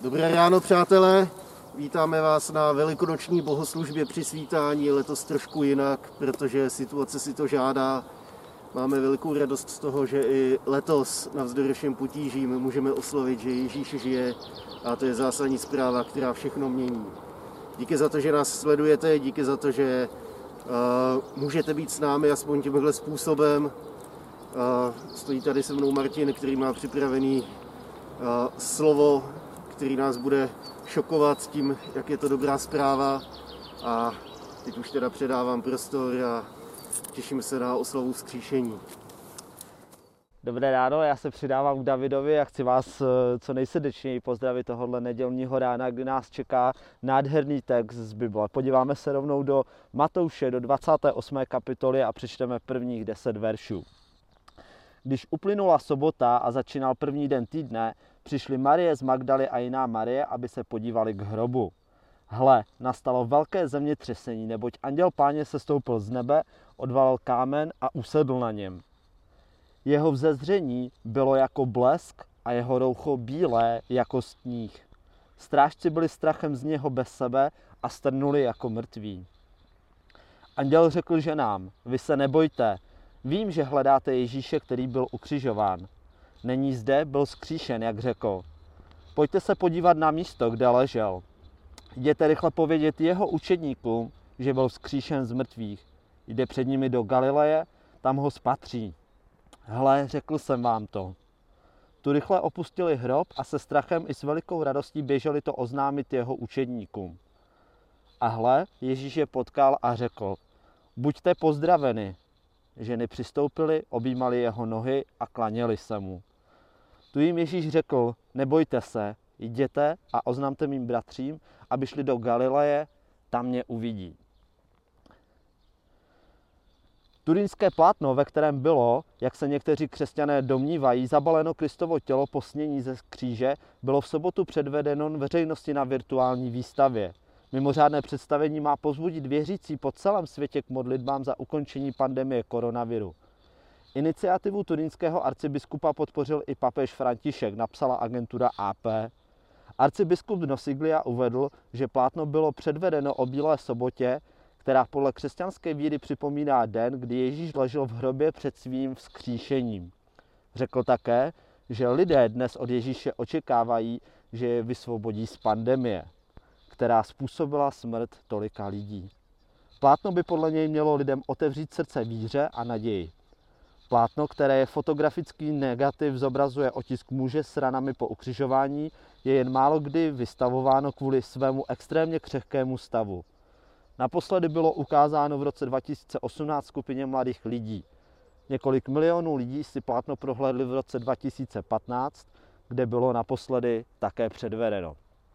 Dobré ráno, přátelé. Vítáme vás na velikonoční bohoslužbě při svítání, letos trošku jinak, protože situace si to žádá. Máme velkou radost z toho, že i letos navzdory všem potížím můžeme oslovit, že Ježíš žije, a to je zásadní zpráva, která všechno mění. Díky za to, že nás sledujete, díky za to, že můžete být s námi aspoň tímhle způsobem. Stojí tady se mnou Martin, který má připravený slovo, který nás bude šokovat tím, jak je to dobrá zpráva. A teď už teda předávám prostor a těším se na oslavu vzkříšení. Dobré ráno, já se přidávám k Davidovi a chci vás co nejsrdečněji pozdravit tohohle nedělního rána, kdy nás čeká nádherný text z Bible. Podíváme se rovnou do Matouše, do 28. kapitoly a přečteme prvních 10 veršů. Když uplynula sobota a začínal první den týdne, přišly Marie z Magdaly a jiná Marie, aby se podívali k hrobu. Hle, nastalo velké zemětřesení, neboť anděl Páně sestoupil z nebe, odvalil kámen a usedl na něm. Jeho vzezření bylo jako blesk a jeho roucho bílé jako sníh. Strážci byli strachem z něho bez sebe a strnuli jako mrtví. Anděl řekl ženám, vy se nebojte, vím, že hledáte Ježíše, který byl ukřižován. Není zde, byl vzkříšen, jak řekl. Pojďte se podívat na místo, kde ležel. Jděte rychle povědět jeho učedníkům, že byl vzkříšen z mrtvých. Jde před nimi do Galileje, tam ho spatří. Hle, řekl jsem vám to. Tu rychle opustili hrob a se strachem i s velikou radostí běželi to oznámit jeho učedníkům. A hle, Ježíš je potkal a řekl, buďte pozdraveni. Ženy přistoupily, objímali jeho nohy a klaněli se mu. Tu jim Ježíš řekl, nebojte se, jděte a oznamte mým bratřím, aby šli do Galileje, tam mě uvidí. Turínské plátno, ve kterém bylo, jak se někteří křesťané domnívají, zabaleno Kristovo tělo po snění ze kříže, bylo v sobotu předvedeno veřejnosti na virtuální výstavě. Mimořádné představení má povzbudit věřící po celém světě k modlitbám za ukončení pandemie koronaviru. Iniciativu turínského arcibiskupa podpořil i papež František, napsala agentura AP. Arcibiskup Nosiglia uvedl, že plátno bylo předvedeno o Bílé sobotě, která podle křesťanské víry připomíná den, kdy Ježíš ležel v hrobě před svým vzkříšením. Řekl také, že lidé dnes od Ježíše očekávají, že je vysvobodí z pandemie, která způsobila smrt tolika lidí. Plátno by podle něj mělo lidem otevřít srdce víře a naději. Plátno, které je fotografický negativ, zobrazuje otisk muže s ranami po ukřižování, je jen málo kdy vystavováno kvůli svému extrémně křehkému stavu. Naposledy bylo ukázáno v roce 2018 skupině mladých lidí. Několik milionů lidí si plátno prohlédli v roce 2015, kde bylo naposledy také předvedeno.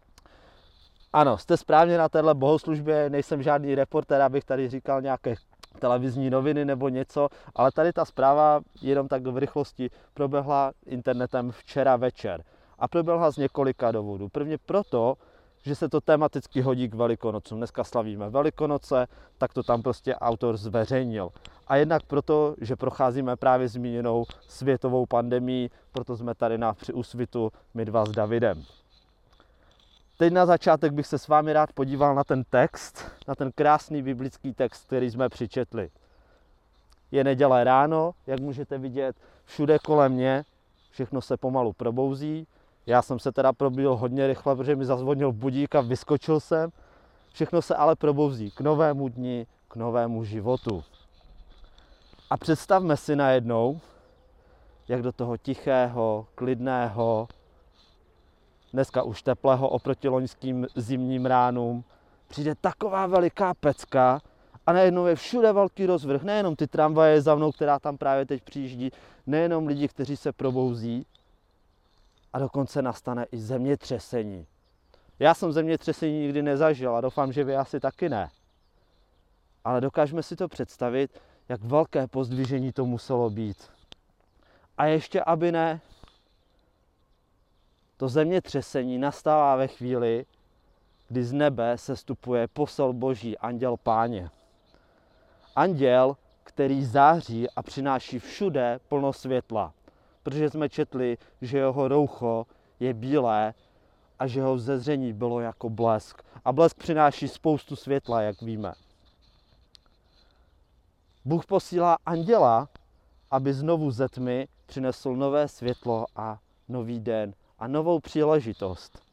Ano, jste správně na téhle bohoslužbě, nejsem žádný reportér, abych tady říkal nějaké televizní noviny nebo něco, ale tady ta zpráva jenom tak v rychlosti proběhla internetem včera večer. A proběhla z několika důvodů. Prvně proto, že se to tematicky hodí k Velikonocům. Dneska slavíme Velikonoce, tak to tam prostě autor zveřejnil. A jednak proto, že procházíme právě zmíněnou světovou pandemií, proto jsme tady při Úsvitu my dva s Davidem. Teď na začátek bych se s vámi rád podíval na ten text, na ten krásný biblický text, který jsme přičetli. Je neděle ráno, jak můžete vidět, všude kolem mě, všechno se pomalu probouzí. Já jsem se teda probudil hodně rychle, protože mi zazvonil budík a vyskočil jsem. Všechno se ale probouzí k novému dni, k novému životu. A představme si najednou, jak do toho tichého, klidného, dneska už teplého oproti loňským zimním ránům, přijde taková veliká pecka a najednou je všude velký rozvrh. Nejenom ty tramvaje za mnou, která tam právě teď přijíždí, nejenom lidi, kteří se probouzí, a dokonce nastane i zemětřesení. Já jsem zemětřesení nikdy nezažil a doufám, že vy asi taky ne. Ale dokážeme si to představit, jak velké pozdvižení to muselo být. A ještě aby ne, to zemětřesení nastává ve chvíli, kdy z nebe sestupuje posel Boží, anděl Páně. Anděl, který září a přináší všude plno světla. Protože jsme četli, že jeho roucho je bílé a že jeho vzezření bylo jako blesk. A blesk přináší spoustu světla, jak víme. Bůh posílá anděla, aby znovu ze tmy přinesl nové světlo a nový den a novou příležitost.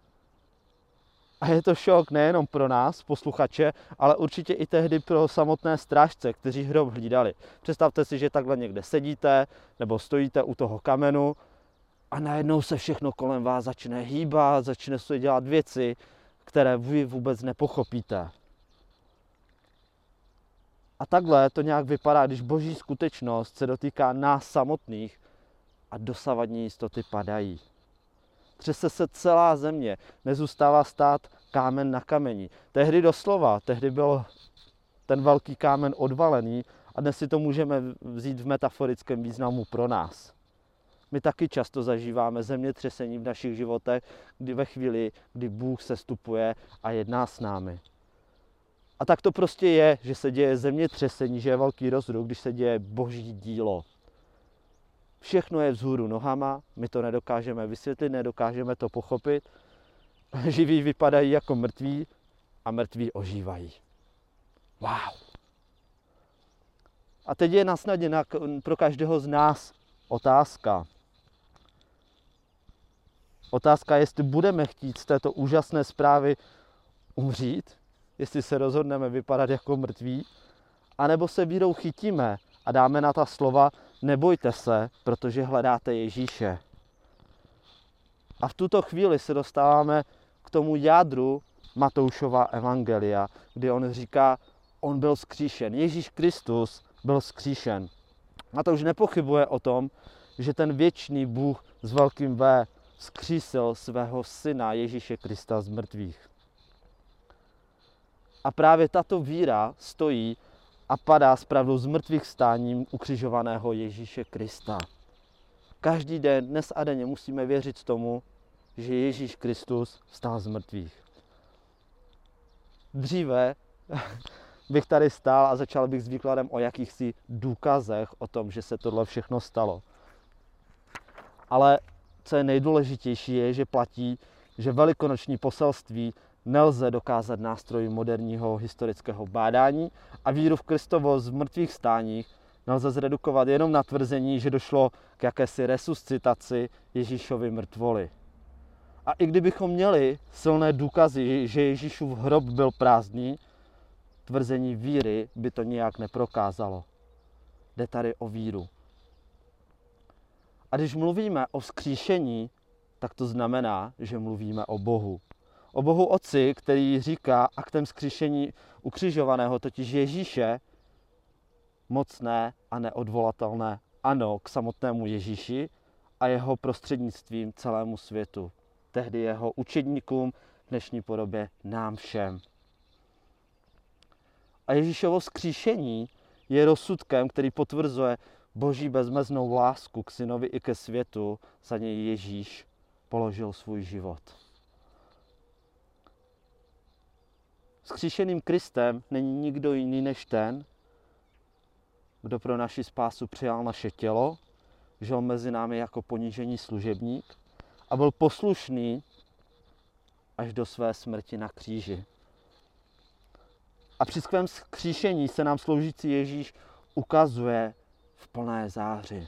A je to šok nejenom pro nás, posluchače, ale určitě i tehdy pro samotné strážce, kteří hrob hlídali. Představte si, že takhle někde sedíte nebo stojíte u toho kamenu a najednou se všechno kolem vás začne hýbat, začne se dělat věci, které vy vůbec nepochopíte. A takhle to nějak vypadá, když boží skutečnost se dotýká nás samotných a dosavadní jistoty padají. Třese se celá země, nezůstává stát kámen na kameni. Tehdy doslova, tehdy byl ten velký kámen odvalený a dnes si to můžeme vzít v metaforickém významu pro nás. My taky často zažíváme zemětřesení v našich životech, kdy ve chvíli, kdy Bůh sestupuje a jedná s námi. A tak to prostě je, že se děje zemětřesení, že je velký rozruch, když se děje boží dílo. Všechno je vzhůru nohama, my to nedokážeme vysvětlit, nedokážeme to pochopit. Živí vypadají jako mrtví a mrtví ožívají. Wow. A teď je nasnadě pro každého z nás otázka. Otázka, jestli budeme chtít z této úžasné zprávy umřít, jestli se rozhodneme vypadat jako mrtví, anebo se vírou chytíme a dáme na ta slova: nebojte se, protože hledáte Ježíše. A v tuto chvíli se dostáváme k tomu jádru Matoušova evangelia, kdy on říká, on byl vzkříšen. Ježíš Kristus byl vzkříšen. Matouš nepochybuje o tom, že ten věčný Bůh s velkým V vzkřísil svého syna Ježíše Krista z mrtvých. A právě tato víra stojí a padá s pravdou z mrtvých vstáním ukřižovaného Ježíše Krista. Každý den, dnes a denně musíme věřit tomu, že Ježíš Kristus vstal z mrtvých. Dříve bych tady stál a začal bych s výkladem o jakýchsi důkazech o tom, že se tohle všechno stalo. Ale co je nejdůležitější je, že platí, že velikonoční poselství nelze dokázat nástroji moderního historického bádání a víru v Kristovo z mrtvých stáních nelze zredukovat jenom na tvrzení, že došlo k jakési resuscitaci Ježíšovy mrtvoly. A i kdybychom měli silné důkazy, že Ježíšův hrob byl prázdný, tvrzení víry by to nijak neprokázalo. Jde tady o víru. A když mluvíme o vzkříšení, tak to znamená, že mluvíme o Bohu. O Bohu Otci, který říká aktem vzkříšení ukřižovaného, totiž Ježíše, mocné a neodvolatelné ano k samotnému Ježíši a jeho prostřednictvím celému světu. Tehdy jeho učedníkům, v dnešní podobě nám všem. A Ježíšovo vzkříšení je rozsudkem, který potvrzuje Boží bezmeznou lásku k synovi i ke světu, za něj Ježíš položil svůj život. Vzkříšeným Kristem není nikdo jiný než ten, kdo pro naši spásu přijal naše tělo, žil mezi námi jako ponížený služebník a byl poslušný až do své smrti na kříži. A při svém vzkříšení se nám sloužící Ježíš ukazuje v plné záři.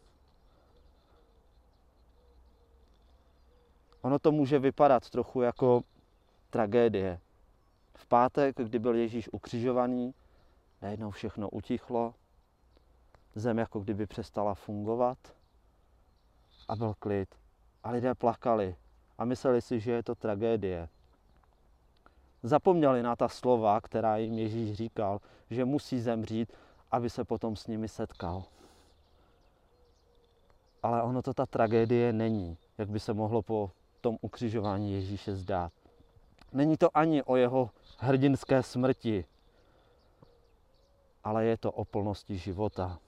Ono to může vypadat trochu jako tragédie. V pátek, kdy byl Ježíš ukřižovaný, najednou všechno utichlo, zem jako kdyby přestala fungovat a byl klid. A lidé plakali a mysleli si, že je to tragédie. Zapomněli na ta slova, která jim Ježíš říkal, že musí zemřít, aby se potom s nimi setkal. Ale ono to ta tragédie není, jak by se mohlo po tom ukřižování Ježíše zdát. Není to ani o jeho hrdinské smrti, ale je to o plnosti života.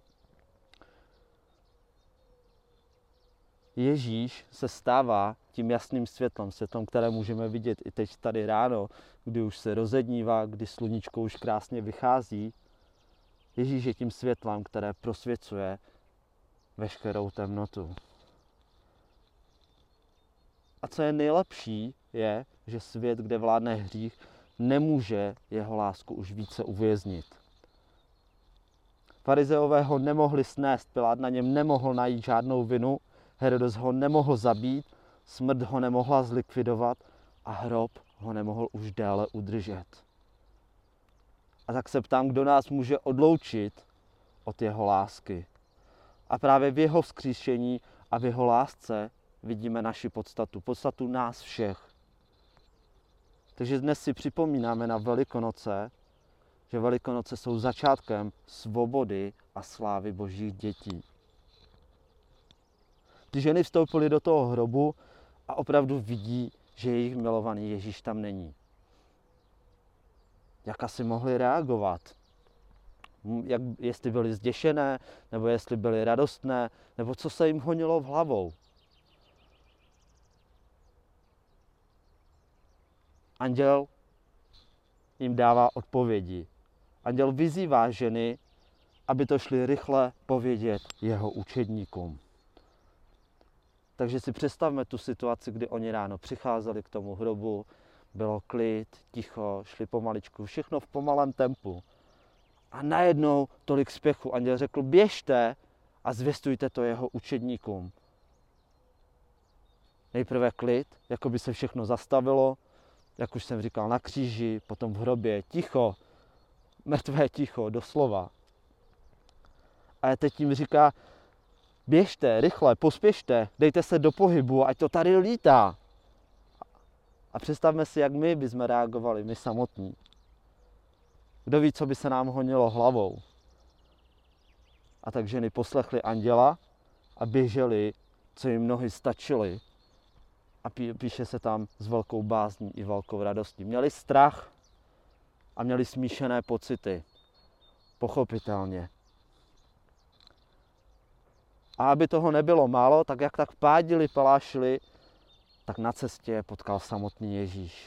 Ježíš se stává tím jasným světlem, které můžeme vidět i teď tady ráno, kdy už se rozednívá, kdy sluníčko už krásně vychází. Ježíš je tím světlem, které prosvěcuje veškerou temnotu. A co je nejlepší, je, že svět, kde vládne hřích, nemůže jeho lásku už více uvěznit. Farizeové ho nemohli snést, Pilát na něm nemohl najít žádnou vinu, Herodes ho nemohl zabít, smrt ho nemohla zlikvidovat a hrob ho nemohl už déle udržet. A tak se ptám, kdo nás může odloučit od jeho lásky. A právě v jeho vzkříšení a v jeho lásce vidíme naši podstatu nás všech. Takže dnes si připomínáme na Velikonoce, že Velikonoce jsou začátkem svobody a slávy božích dětí. Ty ženy vstoupily do toho hrobu a opravdu vidí, že jejich milovaný Ježíš tam není. Jak asi mohli reagovat? Jestli byly zděšené, nebo jestli byly radostné, nebo co se jim honilo v hlavou. Anděl jim dává odpovědi. Anděl vyzývá ženy, aby to šli rychle povědět jeho učedníkům. Takže si představme tu situaci, kdy oni ráno přicházeli k tomu hrobu, bylo klid, ticho, šli pomaličku, všechno v pomalém tempu. A najednou tolik spěchu. Anděl řekl, běžte a zvěstujte to jeho učedníkům. Nejprve klid, jako by se všechno zastavilo, jak už jsem říkal, na kříži, potom v hrobě, ticho, mrtvé ticho, doslova. A teď jim říká, běžte, rychle, pospěšte, dejte se do pohybu, ať to tady lítá. A představme si, jak my bychom reagovali, my samotní. Kdo ví, co by se nám honilo hlavou. A tak ženy poslechly anděla a běžely, co jim nohy stačily. A píše se tam s velkou bázní i velkou radostí. Měli strach a měli smíšené pocity. Pochopitelně. A aby toho nebylo málo, tak jak tak pádili, palášili, tak na cestě je potkal samotný Ježíš.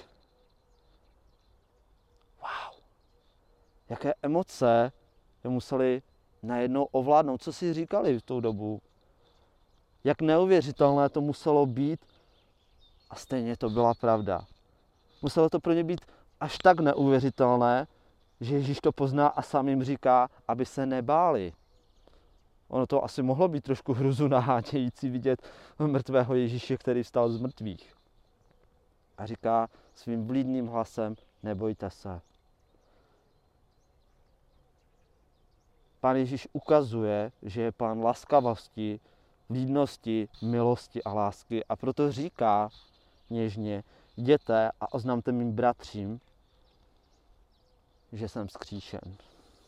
Wow. Jaké emoce je museli najednou ovládnout. Co si říkali v tou dobu? Jak neuvěřitelné to muselo být a stejně to byla pravda. Muselo to pro ně být až tak neuvěřitelné, že Ježíš to pozná a sám jim říká, aby se nebáli. Ono to asi mohlo být trošku hruzu nahánějící vidět mrtvého Ježíše, který vstal z mrtvých. A říká svým vlídným hlasem, nebojte se. Pán Ježíš ukazuje, že je pán laskavosti, vlídnosti, milosti a lásky a proto říká něžně, jděte a oznamte mým bratřím, že jsem vzkříšen.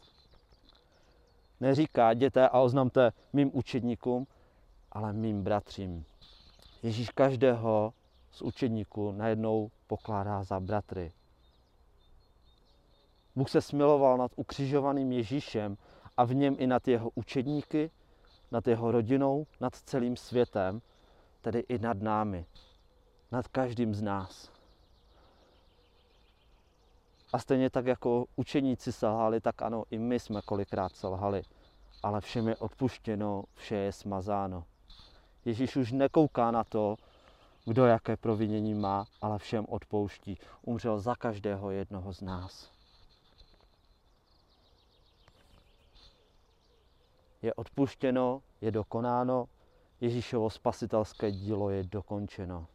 Neříká, jděte a oznamte mým učedníkům, ale mým bratřím. Ježíš každého z učedníků najednou pokládá za bratry. Bůh se smiloval nad ukřižovaným Ježíšem a v něm i nad jeho učedníky, nad jeho rodinou, nad celým světem, tedy i nad námi, nad každým z nás. A stejně tak jako učeníci selhali, tak ano, i my jsme kolikrát selhali. Ale všem je odpuštěno, vše je smazáno. Ježíš už nekouká na to, kdo jaké provinění má, ale všem odpouští. Umřel za každého jednoho z nás. Je odpuštěno, je dokonáno, Ježíšovo spasitelské dílo je dokončeno.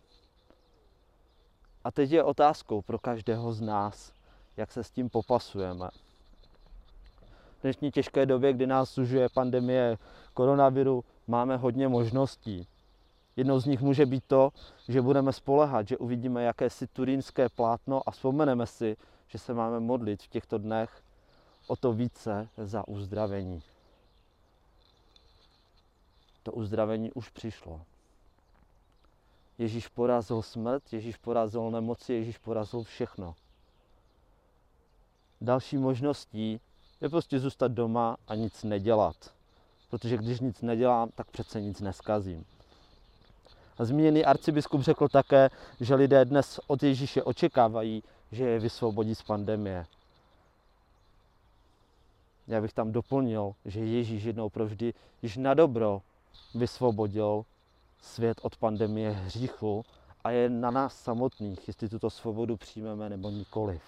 A teď je otázkou pro každého z nás, jak se s tím popasujeme. V dnešní těžké době, kdy nás sužuje pandemie koronaviru, máme hodně možností. Jednou z nich může být to, že budeme spoléhat, že uvidíme jakési turínské plátno a vzpomeneme si, že se máme modlit v těchto dnech o to více za uzdravení. To uzdravení už přišlo. Ježíš porazil smrt, Ježíš porazil nemoci, Ježíš porazil všechno. Další možností je prostě zůstat doma a nic nedělat. Protože když nic nedělám, tak přece nic neskazím. A zmíněný arcibiskup řekl také, že lidé dnes od Ježíše očekávají, že je vysvobodí z pandemie. Já bych tam doplnil, že Ježíš jednou provždy již na dobro vysvobodil svět od pandemie hříchu a je na nás samotných, jestli tuto svobodu přijmeme nebo nikoliv.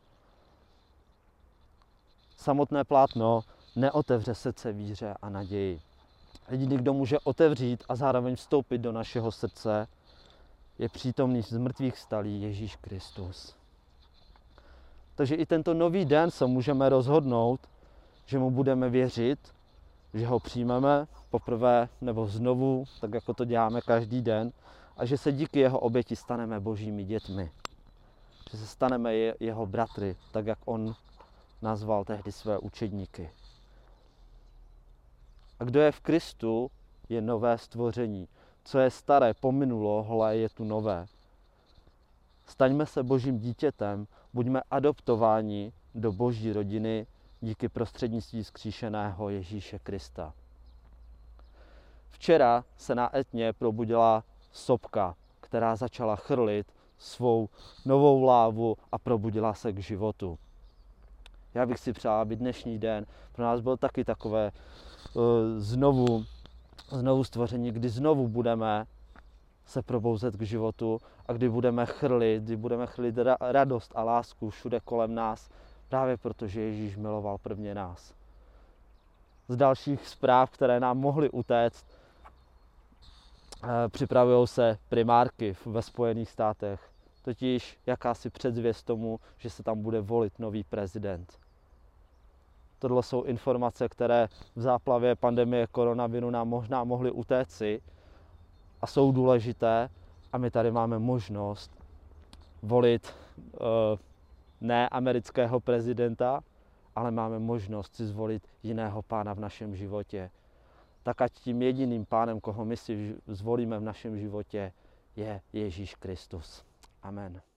Samotné plátno neotevře srdce víře a naději. Jediný, kdo může otevřít a zároveň vstoupit do našeho srdce, je přítomný z mrtvých vstalý Ježíš Kristus. Takže i tento nový den se můžeme rozhodnout, že mu budeme věřit, že ho přijmeme poprvé nebo znovu, tak jako to děláme každý den, a že se díky jeho oběti staneme božími dětmi. Že se staneme jeho bratry, tak jak on nazval tehdy své učedníky. A kdo je v Kristu, je nové stvoření. Co je staré, pominulo, hle, je tu nové. Staňme se božím dítětem, buďme adoptováni do boží rodiny díky prostřednictví vzkříšeného Ježíše Krista. Včera se na Etně probudila sopka, která začala chrlit svou novou lávu a probudila se k životu. Já bych si přál, aby dnešní den pro nás byl taky takové znovu stvoření, kdy znovu budeme se probouzet k životu a kdy budeme chrlit radost a lásku všude kolem nás, právě protože Ježíš miloval prvně nás. Z dalších zpráv, které nám mohly utéct, připravují se primárky ve Spojených státech, totiž jakási předzvěst tomu, že se tam bude volit nový prezident. Tohle jsou informace, které v záplavě pandemie koronaviru nám možná mohly utéci a jsou důležité, a my tady máme možnost volit ne amerického prezidenta, ale máme možnost si zvolit jiného pána v našem životě. Tak ať tím jediným pánem, koho my si zvolíme v našem životě, je Ježíš Kristus. Amen.